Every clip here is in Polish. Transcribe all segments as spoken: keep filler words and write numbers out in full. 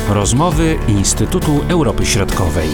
Rozmowy Instytutu Europy Środkowej.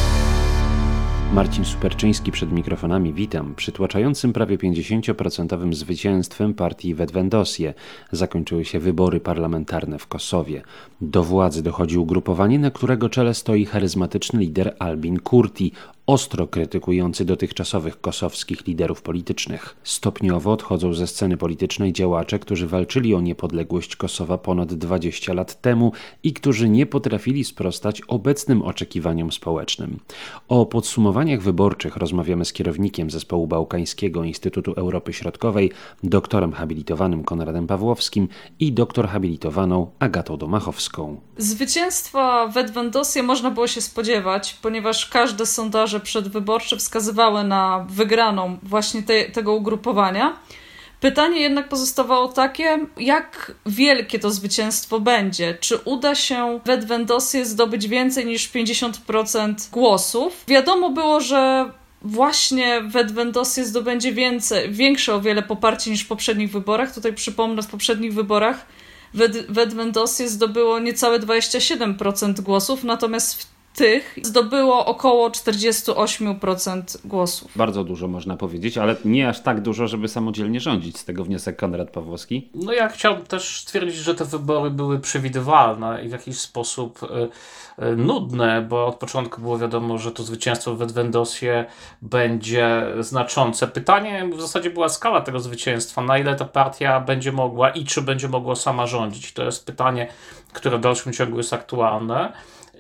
Marcin Superczyński przed mikrofonami. Witam. Przytłaczającym prawie pięćdziesięcioprocentowym zwycięstwem partii Vetëvendosje zakończyły się wybory parlamentarne w Kosowie. Do władzy dochodzi ugrupowanie, na którego czele stoi charyzmatyczny lider Albin Kurti, ostro krytykujący dotychczasowych kosowskich liderów politycznych. Stopniowo odchodzą ze sceny politycznej działacze, którzy walczyli o niepodległość Kosowa ponad dwadzieścia lat temu i którzy nie potrafili sprostać obecnym oczekiwaniom społecznym. O podsumowaniach wyborczych rozmawiamy z kierownikiem Zespołu Bałkańskiego Instytutu Europy Środkowej, doktorem habilitowanym Konradem Pawłowskim i doktor habilitowaną Agatą Domachowską. Zwycięstwa Vetëvendosje można było się spodziewać, ponieważ każde sondaże przedwyborcze wskazywały na wygraną właśnie te, tego ugrupowania. Pytanie jednak pozostawało takie, jak wielkie to zwycięstwo będzie? Czy uda się Vetëvendosje zdobyć więcej niż pięćdziesiąt procent głosów? Wiadomo było, że właśnie Vetëvendosje zdobędzie więcej, większe o wiele poparcie niż w poprzednich wyborach. Tutaj przypomnę, w poprzednich wyborach Vetëvendosje zdobyło niecałe dwadzieścia siedem procent głosów, natomiast w tych zdobyło około czterdzieści osiem procent głosów. Bardzo dużo można powiedzieć, ale nie aż tak dużo, żeby samodzielnie rządzić. Z tego wniosek Konrad Pawłowski. No ja chciałbym też stwierdzić, że te wybory były przewidywalne i w jakiś sposób y, y, nudne, bo od początku było wiadomo, że to zwycięstwo Vetëvendosje będzie znaczące. Pytanie w zasadzie była skala tego zwycięstwa, na ile ta partia będzie mogła i czy będzie mogła sama rządzić. To jest pytanie, które w dalszym ciągu jest aktualne.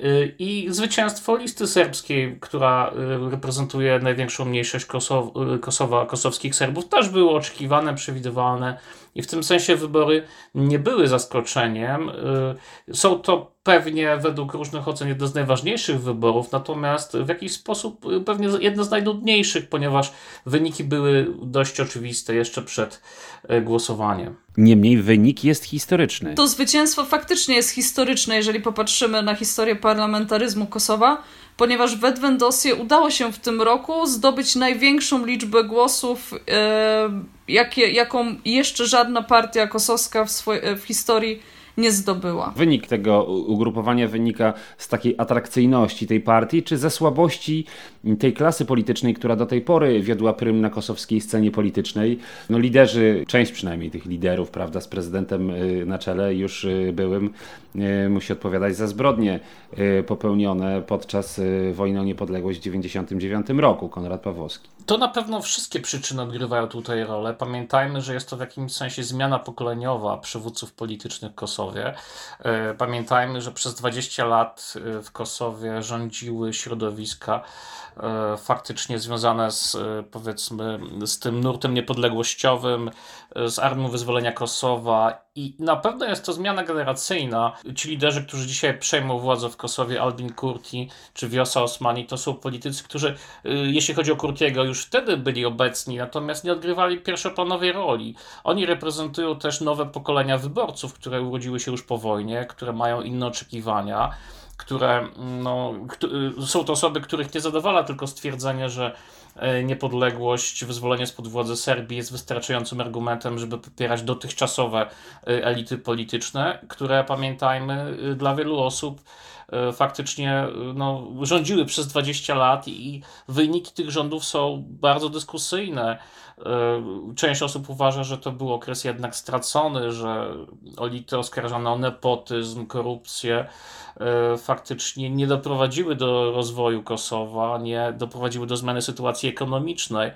I zwycięstwo listy serbskiej, która reprezentuje największą mniejszość Kosow- Kosowa, kosowskich Serbów, też było oczekiwane, przewidywalne i w tym sensie wybory nie były zaskoczeniem. Są to pewnie według różnych ocen jedne z najważniejszych wyborów, natomiast w jakiś sposób pewnie jedne z najnudniejszych, ponieważ wyniki były dość oczywiste jeszcze przed głosowaniem. Niemniej wynik jest historyczny. To zwycięstwo faktycznie jest historyczne, jeżeli popatrzymy na historię parlamentaryzmu Kosowa, ponieważ Vetëvendosje udało się w tym roku zdobyć największą liczbę głosów, e, jakie, jaką jeszcze żadna partia kosowska w, swoj, w historii nie zdobyła. Wynik tego ugrupowania wynika z takiej atrakcyjności tej partii, czy ze słabości tej klasy politycznej, która do tej pory wiodła prym na kosowskiej scenie politycznej. No liderzy, część przynajmniej tych liderów, prawda, z prezydentem na czele już byłym, musi odpowiadać za zbrodnie popełnione podczas wojny o niepodległość w dziewięćdziesiątym dziewiątym roku. Konrad Pawłowski. To na pewno wszystkie przyczyny odgrywają tutaj rolę. Pamiętajmy, że jest to w jakimś sensie zmiana pokoleniowa przywódców politycznych w Kosowie. Pamiętajmy, że przez dwadzieścia lat w Kosowie rządziły środowiska faktycznie związane z, powiedzmy, z tym nurtem niepodległościowym, z Armią Wyzwolenia Kosowa i na pewno jest to zmiana generacyjna. Ci liderzy, którzy dzisiaj przejmą władzę w Kosowie, Albin Kurti czy Vjosa Osmani, to są politycy, którzy, jeśli chodzi o Kurtiego, już wtedy byli obecni, natomiast nie odgrywali pierwszoplanowej roli. Oni reprezentują też nowe pokolenia wyborców, które urodziły się już po wojnie, które mają inne oczekiwania, które no, są to osoby, których nie zadowala tylko stwierdzenie, że niepodległość, wyzwolenie spod władzy Serbii jest wystarczającym argumentem, żeby popierać dotychczasowe elity polityczne, które, pamiętajmy, dla wielu osób faktycznie no, rządziły przez dwadzieścia lat i wyniki tych rządów są bardzo dyskusyjne. Część osób uważa, że to był okres jednak stracony, że elity oskarżane o nepotyzm, korupcję faktycznie nie doprowadziły do rozwoju Kosowa, nie doprowadziły do zmiany sytuacji ekonomicznej.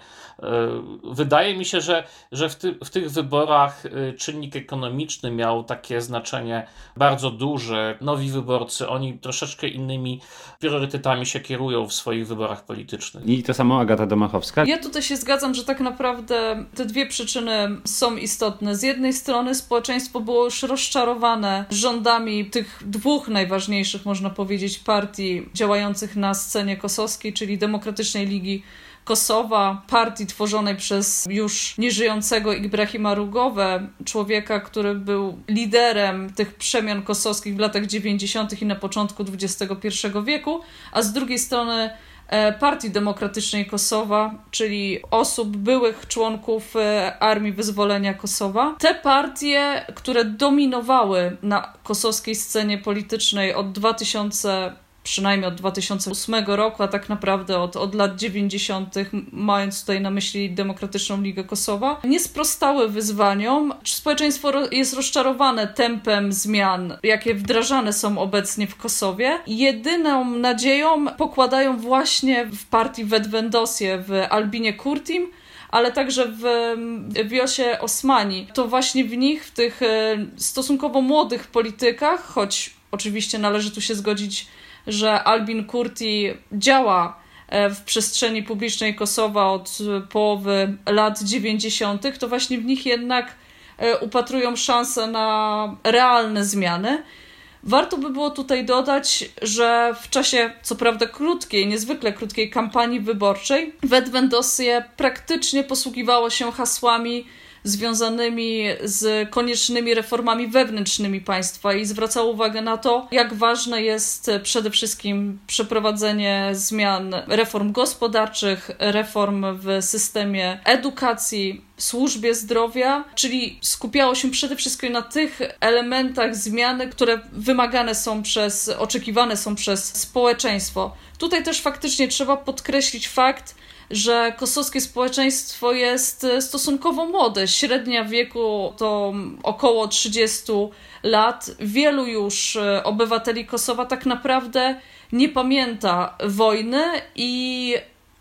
Wydaje mi się, że, że w, ty, w tych wyborach czynnik ekonomiczny miał takie znaczenie bardzo duże. Nowi wyborcy, oni troszeczkę innymi priorytetami się kierują w swoich wyborach politycznych. I to samo Agata Domachowska. Ja tutaj się zgadzam, że tak naprawdę te dwie przyczyny są istotne. Z jednej strony społeczeństwo było już rozczarowane rządami tych dwóch najważniejszych, można powiedzieć, partii działających na scenie kosowskiej, czyli Demokratycznej Ligi Kosowa, partii tworzonej przez już nieżyjącego Ibrahima Rugowę, człowieka, który był liderem tych przemian kosowskich w latach dziewięćdziesiątych i na początku dwudziestego pierwszego wieku, a z drugiej strony Partii Demokratycznej Kosowa, czyli osób, byłych członków Armii Wyzwolenia Kosowa. Te partie, które dominowały na kosowskiej scenie politycznej od dwa tysiące, przynajmniej od dwa tysiące ósmego roku, a tak naprawdę od, od lat dziewięćdziesiątych, mając tutaj na myśli Demokratyczną Ligę Kosowa, nie sprostały wyzwaniom. Społeczeństwo jest rozczarowane tempem zmian, jakie wdrażane są obecnie w Kosowie. Jedyną nadzieją pokładają właśnie w partii Vetëvendosje, w Albinie Kurtim, ale także w Vjosie Osmani. To właśnie w nich, w tych stosunkowo młodych politykach, choć oczywiście należy tu się zgodzić, że Albin Kurti działa w przestrzeni publicznej Kosowa od połowy lat dziewięćdziesiątych, to właśnie w nich jednak upatrują szansę na realne zmiany. Warto by było tutaj dodać, że w czasie, co prawda krótkiej, niezwykle krótkiej kampanii wyborczej, Vetëvendosje praktycznie posługiwało się hasłami związanymi z koniecznymi reformami wewnętrznymi państwa i zwracało uwagę na to, jak ważne jest przede wszystkim przeprowadzenie zmian, reform gospodarczych, reform w systemie edukacji, służbie zdrowia, czyli skupiało się przede wszystkim na tych elementach zmiany, które wymagane są przez, oczekiwane są przez społeczeństwo. Tutaj też faktycznie trzeba podkreślić fakt, że kosowskie społeczeństwo jest stosunkowo młode. Średnia wieku to około trzydzieści lat. Wielu już obywateli Kosowa tak naprawdę nie pamięta wojny i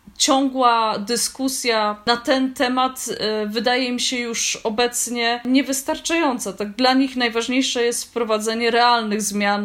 ciągła dyskusja na ten temat wydaje mi się już obecnie niewystarczająca. Tak, dla nich najważniejsze jest wprowadzenie realnych zmian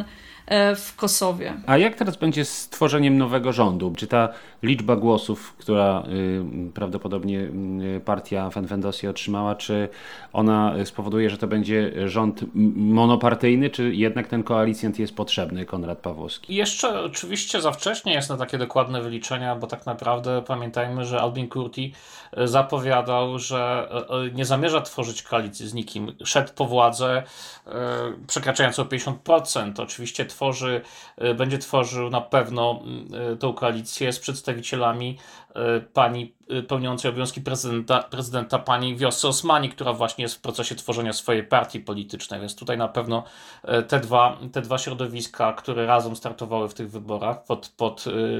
w Kosowie. A jak teraz będzie z tworzeniem nowego rządu? Czy ta liczba głosów, która y, prawdopodobnie y, partia Vetëvendosje otrzymała, czy ona spowoduje, że to będzie rząd monopartyjny, czy jednak ten koalicjant jest potrzebny, Konrad Pawłowski? Jeszcze oczywiście za wcześnie jest na takie dokładne wyliczenia, bo tak naprawdę pamiętajmy, że Albin Kurti zapowiadał, że nie zamierza tworzyć koalicji z nikim. Szedł po władzę przekraczającą pięćdziesiąt procent. Oczywiście tworzy, będzie tworzył na pewno tą koalicję z przedstawicielami pani pełniącej obowiązki prezydenta, prezydenta pani Vjose Osmani, która właśnie jest w procesie tworzenia swojej partii politycznej, więc tutaj na pewno te dwa, te dwa środowiska, które razem startowały w tych wyborach pod, pod,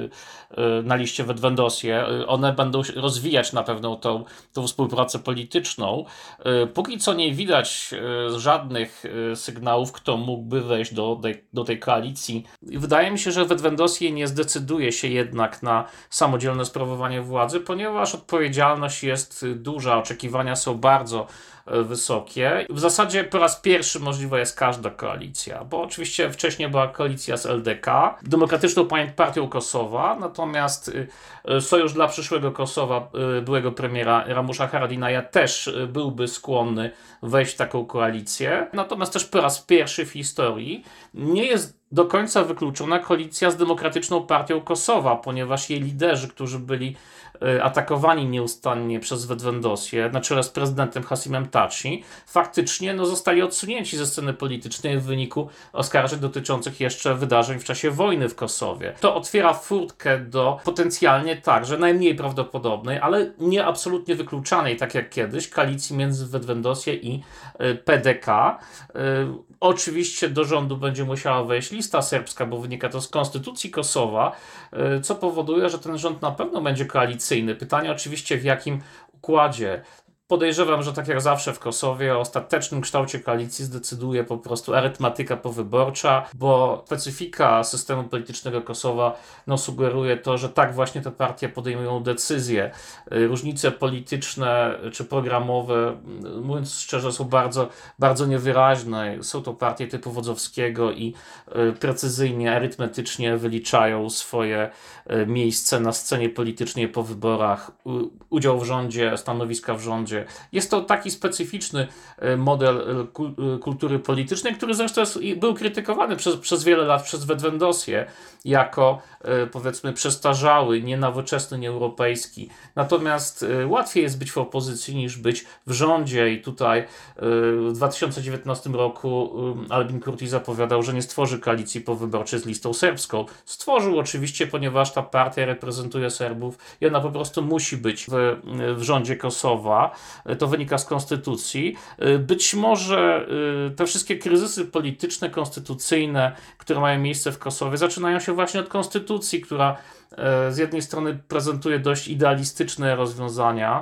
na liście Vetëvendosje, one będą rozwijać na pewno tą, tą współpracę polityczną. Póki co nie widać żadnych sygnałów, kto mógłby wejść do, do tej koalicji. Wydaje mi się, że Vetëvendosje nie zdecyduje się jednak na samodzielne sprawowanie władzy, ponieważ odpowiedzialność jest duża, oczekiwania są bardzo wysokie. W zasadzie po raz pierwszy możliwa jest każda koalicja, bo oczywiście wcześniej była koalicja z L D K, Demokratyczną Partią Kosowa, natomiast Sojusz dla Przyszłego Kosowa byłego premiera Ramusza Haradinaja też byłby skłonny wejść w taką koalicję. Natomiast też po raz pierwszy w historii nie jest do końca wykluczona koalicja z Demokratyczną Partią Kosowa, ponieważ jej liderzy, którzy byli atakowani nieustannie przez Vetëvendosje na czele z prezydentem Hasimem Taci, faktycznie no, zostali odsunięci ze sceny politycznej w wyniku oskarżeń dotyczących jeszcze wydarzeń w czasie wojny w Kosowie. To otwiera furtkę do potencjalnie także najmniej prawdopodobnej, ale nie absolutnie wykluczanej, tak jak kiedyś, koalicji między Vetëvendosje i P D K. Oczywiście do rządu będzie musiała wejść lista serbska, bo wynika to z konstytucji Kosowa, co powoduje, że ten rząd na pewno będzie koalicyjny. Pytanie oczywiście w jakim układzie. Podejrzewam, że tak jak zawsze w Kosowie o ostatecznym kształcie koalicji zdecyduje po prostu arytmetyka powyborcza, bo specyfika systemu politycznego Kosowa no, sugeruje to, że tak właśnie te partie podejmują decyzje. Różnice polityczne czy programowe, mówiąc szczerze, są bardzo, bardzo niewyraźne. Są to partie typu Wodzowskiego i precyzyjnie, arytmetycznie wyliczają swoje miejsce na scenie politycznej po wyborach, udział w rządzie, stanowiska w rządzie, dzieje. Jest to taki specyficzny model kultury politycznej, który zresztą jest, był krytykowany przez, przez wiele lat przez Vetwendosję jako powiedzmy przestarzały, nienowoczesny, nieeuropejski. Natomiast łatwiej jest być w opozycji niż być w rządzie i tutaj w dwa tysiące dziewiętnastym roku Albin Kurti zapowiadał, że nie stworzy koalicji powyborczej z listą serbską. Stworzył oczywiście, ponieważ ta partia reprezentuje Serbów i ona po prostu musi być w, w rządzie Kosowa. To wynika z konstytucji. Być może te wszystkie kryzysy polityczne, konstytucyjne, które mają miejsce w Kosowie, zaczynają się właśnie od konstytucji, która z jednej strony prezentuje dość idealistyczne rozwiązania,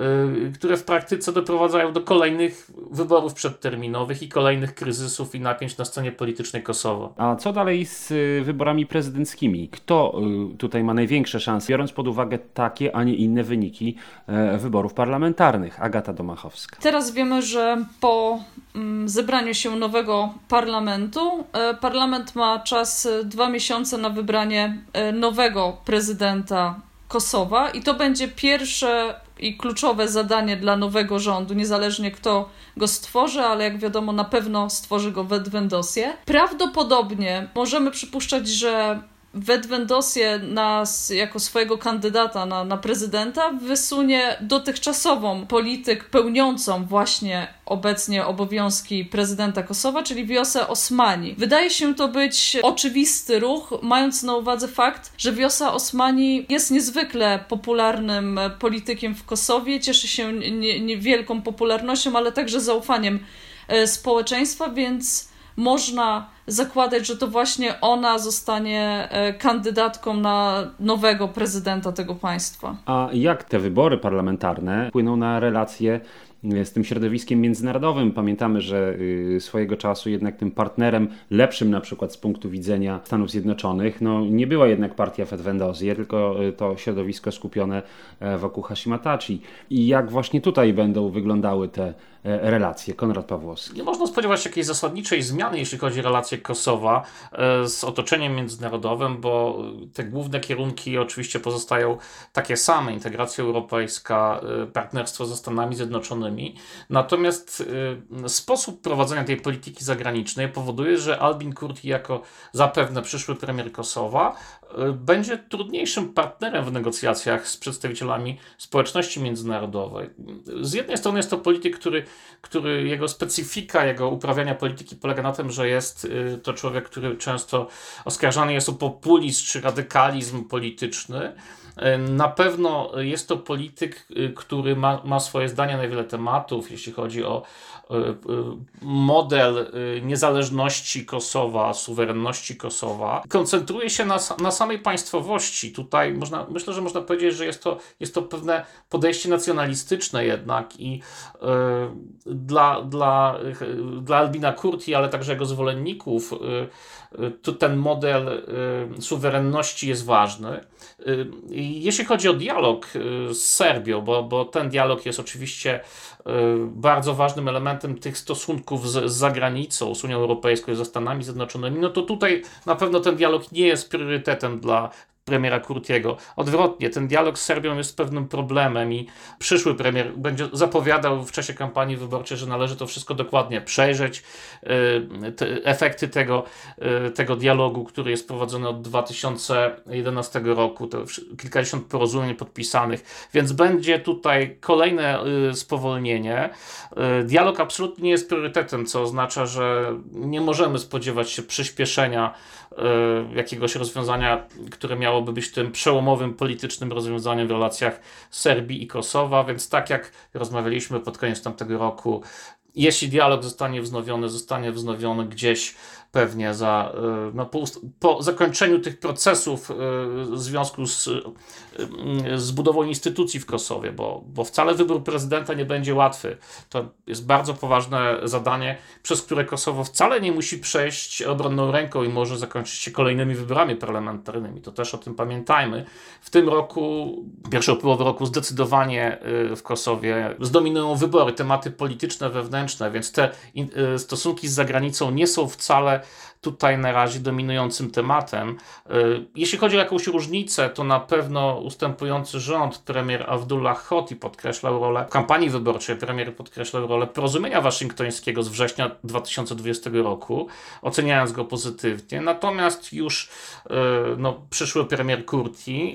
które w praktyce doprowadzają do kolejnych wyborów przedterminowych i kolejnych kryzysów i napięć na scenie politycznej Kosowa. A co dalej z wyborami prezydenckimi? Kto tutaj ma największe szanse, biorąc pod uwagę takie, a nie inne wyniki wyborów parlamentarnych? Agata Domachowska. Teraz wiemy, że po zebraniu się nowego parlamentu, parlament ma czas dwa miesiące na wybranie nowego prezydenta Kosowa i to będzie pierwsze i kluczowe zadanie dla nowego rządu, niezależnie kto go stworzy, ale jak wiadomo na pewno stworzy go Vetwendosję. Prawdopodobnie możemy przypuszczać, że Vetwendosję nas jako swojego kandydata na, na prezydenta wysunie dotychczasową polityk pełniącą właśnie obecnie obowiązki prezydenta Kosowa, czyli Vjosa Osmani. Wydaje się to być oczywisty ruch, mając na uwadze fakt, że Vjosa Osmani jest niezwykle popularnym politykiem w Kosowie, cieszy się niewielką popularnością, ale także zaufaniem społeczeństwa, więc można zakładać, że to właśnie ona zostanie kandydatką na nowego prezydenta tego państwa. A jak te wybory parlamentarne wpłyną na relacje z tym środowiskiem międzynarodowym? Pamiętamy, że swojego czasu jednak tym partnerem lepszym na przykład z punktu widzenia Stanów Zjednoczonych no, nie była jednak partia Vetwendosje, tylko to środowisko skupione wokół Hashima Thaçi. I jak właśnie tutaj będą wyglądały te relacje? Konrad Pawłowski. Nie można spodziewać się jakiejś zasadniczej zmiany, jeśli chodzi o relacje Kosowa z otoczeniem międzynarodowym, bo te główne kierunki oczywiście pozostają takie same. Integracja europejska, partnerstwo ze Stanami Zjednoczonymi. Natomiast sposób prowadzenia tej polityki zagranicznej powoduje, że Albin Kurti jako zapewne przyszły premier Kosowa będzie trudniejszym partnerem w negocjacjach z przedstawicielami społeczności międzynarodowej. Z jednej strony jest to polityk, który, który jego specyfika, jego uprawiania polityki polega na tym, że jest to człowiek, który często oskarżany jest o populizm czy radykalizm polityczny. Na pewno jest to polityk, który ma, ma swoje zdania na wiele tematów, jeśli chodzi o model niezależności Kosowa, suwerenności Kosowa. Koncentruje się na, na samej państwowości. Tutaj można, myślę, że można powiedzieć, że jest to, jest to pewne podejście nacjonalistyczne jednak i yy, dla, dla, dla Albina Kurti, ale także jego zwolenników yy, to ten model y, suwerenności jest ważny. Y, jeśli chodzi o dialog y, z Serbią, bo, bo ten dialog jest oczywiście y, bardzo ważnym elementem tych stosunków z, z zagranicą, z Unią Europejską, ze Stanami Zjednoczonymi, no to tutaj na pewno ten dialog nie jest priorytetem dla premiera Kurtiego. Odwrotnie, ten dialog z Serbią jest pewnym problemem i przyszły premier będzie zapowiadał w czasie kampanii wyborczej, że należy to wszystko dokładnie przejrzeć. Te efekty tego, tego dialogu, który jest prowadzony od dwa tysiące jedenastego roku, to kilkadziesiąt porozumień podpisanych, więc będzie tutaj kolejne spowolnienie. Dialog absolutnie nie jest priorytetem, co oznacza, że nie możemy spodziewać się przyspieszenia jakiegoś rozwiązania, które miałoby być tym przełomowym politycznym rozwiązaniem w relacjach Serbii i Kosowa, więc tak jak rozmawialiśmy pod koniec tamtego roku, jeśli dialog zostanie wznowiony, zostanie wznowiony gdzieś pewnie za, no, po, po zakończeniu tych procesów w związku z, z budową instytucji w Kosowie, bo, bo wcale wybór prezydenta nie będzie łatwy. To jest bardzo poważne zadanie, przez które Kosowo wcale nie musi przejść obronną ręką i może zakończyć się kolejnymi wyborami parlamentarnymi. To też o tym pamiętajmy. W tym roku, pierwszą połowę roku zdecydowanie w Kosowie zdominują wybory, tematy polityczne, wewnętrzne, więc te stosunki z zagranicą nie są wcale ale tutaj na razie dominującym tematem. Jeśli chodzi o jakąś różnicę, to na pewno ustępujący rząd, premier Abdullah Hoti podkreślał rolę w kampanii wyborczej, premier podkreślał rolę porozumienia waszyngtońskiego z września dwa tysiące dwudziestego roku, oceniając go pozytywnie. Natomiast już no, przyszły premier Kurti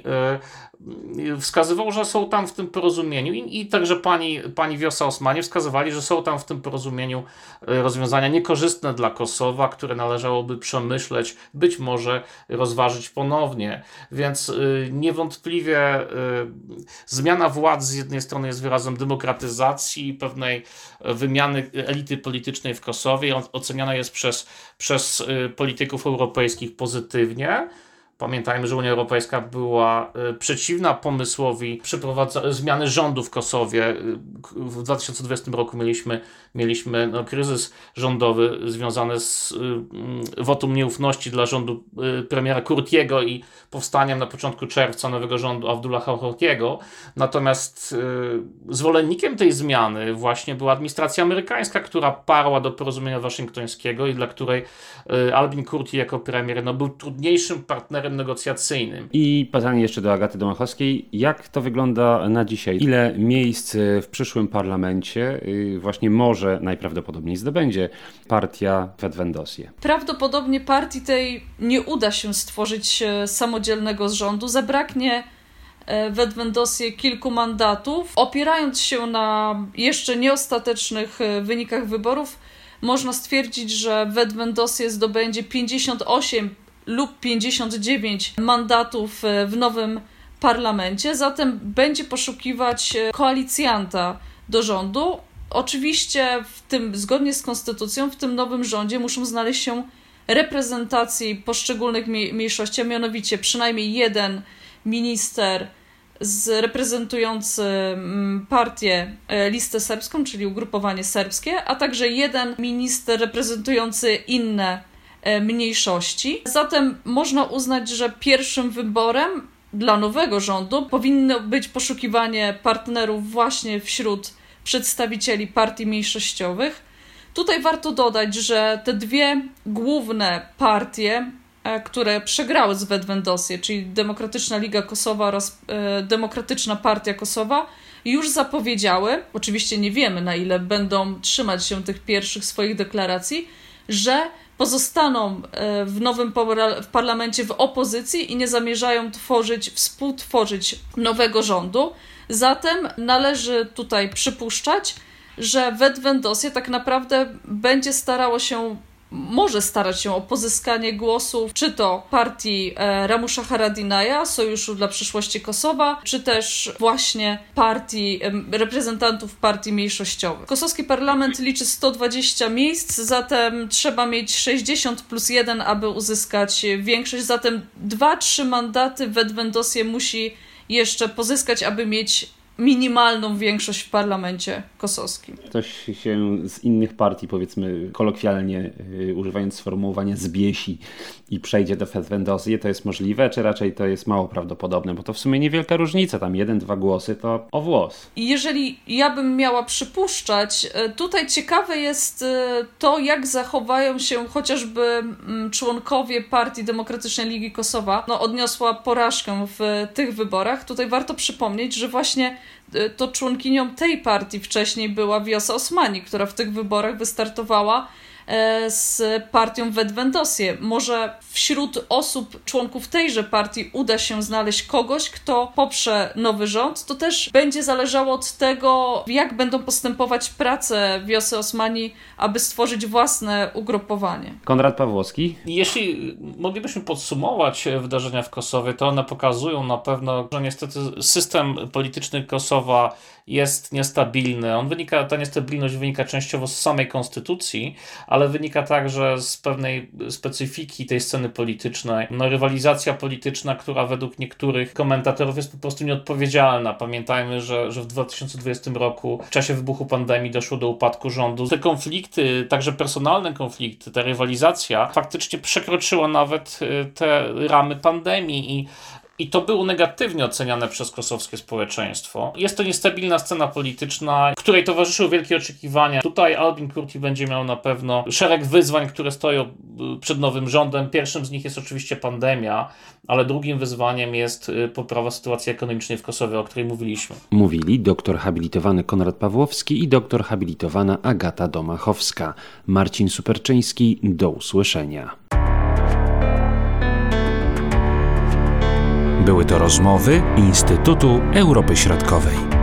wskazywał, że są tam w tym porozumieniu i, i także pani, pani Wiosa Osmani wskazywali, że są tam w tym porozumieniu rozwiązania niekorzystne dla Kosowa, które należałoby przemyśleć, być może rozważyć ponownie. Więc y, niewątpliwie y, zmiana władz z jednej strony jest wyrazem demokratyzacji, pewnej wymiany elity politycznej w Kosowie, oceniana jest przez, przez y, polityków europejskich pozytywnie. Pamiętajmy, że Unia Europejska była y, przeciwna pomysłowi przeprowadzenia zmiany rządu w Kosowie. W dwa tysiące dwudziestym roku mieliśmy, mieliśmy no, kryzys rządowy związany z y, wotum nieufności dla rządu y, premiera Kurtiego i powstaniem na początku czerwca nowego rządu Abdullaha Hotiego. Natomiast y, zwolennikiem tej zmiany właśnie była administracja amerykańska, która parła do porozumienia waszyngtońskiego i dla której y, Albin Kurti jako premier no, był trudniejszym partnerem negocjacyjnym. I pytanie jeszcze do Agaty Domachowskiej. Jak to wygląda na dzisiaj? Ile miejsc w przyszłym parlamencie właśnie może najprawdopodobniej zdobędzie partia Vetwendosie? Prawdopodobnie partii tej nie uda się stworzyć samodzielnego rządu. Zabraknie Vetwendosie kilku mandatów. Opierając się na jeszcze nieostatecznych wynikach wyborów, można stwierdzić, że Vetwendosie zdobędzie pięćdziesiąt osiem lub pięćdziesiąt dziewięć mandatów w nowym parlamencie, zatem będzie poszukiwać koalicjanta do rządu. Oczywiście w tym, zgodnie z konstytucją, w tym nowym rządzie muszą znaleźć się reprezentacji poszczególnych mniejszości, a mianowicie przynajmniej jeden minister z reprezentujący partię Listę Serbską, czyli ugrupowanie serbskie, a także jeden minister reprezentujący inne mniejszości. Zatem można uznać, że pierwszym wyborem dla nowego rządu powinno być poszukiwanie partnerów właśnie wśród przedstawicieli partii mniejszościowych. Tutaj warto dodać, że te dwie główne partie, które przegrały z Vetwendosie, czyli Demokratyczna Liga Kosowa oraz e, Demokratyczna Partia Kosowa, już zapowiedziały, oczywiście nie wiemy, na ile będą trzymać się tych pierwszych swoich deklaracji, że pozostaną w nowym w parlamencie w opozycji i nie zamierzają tworzyć, współtworzyć nowego rządu. Zatem należy tutaj przypuszczać, że Vetwendosie tak naprawdę będzie starało się, może starać się o pozyskanie głosów, czy to partii Ramusza Haradinaja, Sojuszu dla Przyszłości Kosowa, czy też właśnie partii, reprezentantów partii mniejszościowych. Kosowski parlament liczy sto dwadzieścia miejsc, zatem trzeba mieć sześćdziesiąt plus jeden, aby uzyskać większość, zatem dwa trzy mandaty Vetwendosie musi jeszcze pozyskać, aby mieć minimalną większość w parlamencie kosowskim. Ktoś się z innych partii, powiedzmy kolokwialnie yy, używając sformułowania, zbiesi i przejdzie do Vetwendosie, to jest możliwe, czy raczej to jest mało prawdopodobne? Bo to w sumie niewielka różnica, tam jeden, dwa głosy to o włos. Jeżeli ja bym miała przypuszczać, tutaj ciekawe jest to, jak zachowają się chociażby członkowie Partii Demokratycznej Ligi Kosowa. No, odniosła porażkę w tych wyborach. Tutaj warto przypomnieć, że właśnie to członkinią tej partii wcześniej była Vjosa Osmani, która w tych wyborach wystartowała z partią Vetwendosie. Może wśród osób, członków tejże partii uda się znaleźć kogoś, kto poprze nowy rząd. To też będzie zależało od tego, jak będą postępować prace Vjosy Osmani, aby stworzyć własne ugrupowanie. Konrad Pawłowski. Jeśli moglibyśmy podsumować wydarzenia w Kosowie, to one pokazują na pewno, że niestety system polityczny Kosowa jest niestabilny. On wynika, ta niestabilność wynika częściowo z samej konstytucji, ale wynika także z pewnej specyfiki tej sceny politycznej. No, rywalizacja polityczna, która według niektórych komentatorów jest po prostu nieodpowiedzialna. Pamiętajmy, że, że w dwa tysiące dwudziestym roku w czasie wybuchu pandemii doszło do upadku rządu. Te konflikty, także personalne konflikty, ta rywalizacja faktycznie przekroczyła nawet te ramy pandemii i I to było negatywnie oceniane przez kosowskie społeczeństwo. Jest to niestabilna scena polityczna, której towarzyszyły wielkie oczekiwania. Tutaj Albin Kurti będzie miał na pewno szereg wyzwań, które stoją przed nowym rządem. Pierwszym z nich jest oczywiście pandemia, ale drugim wyzwaniem jest poprawa sytuacji ekonomicznej w Kosowie, o której mówiliśmy. Mówili doktor habilitowany Konrad Pawłowski i doktor habilitowana Agata Domachowska. Marcin Superczyński, do usłyszenia. Były to rozmowy Instytutu Europy Środkowej.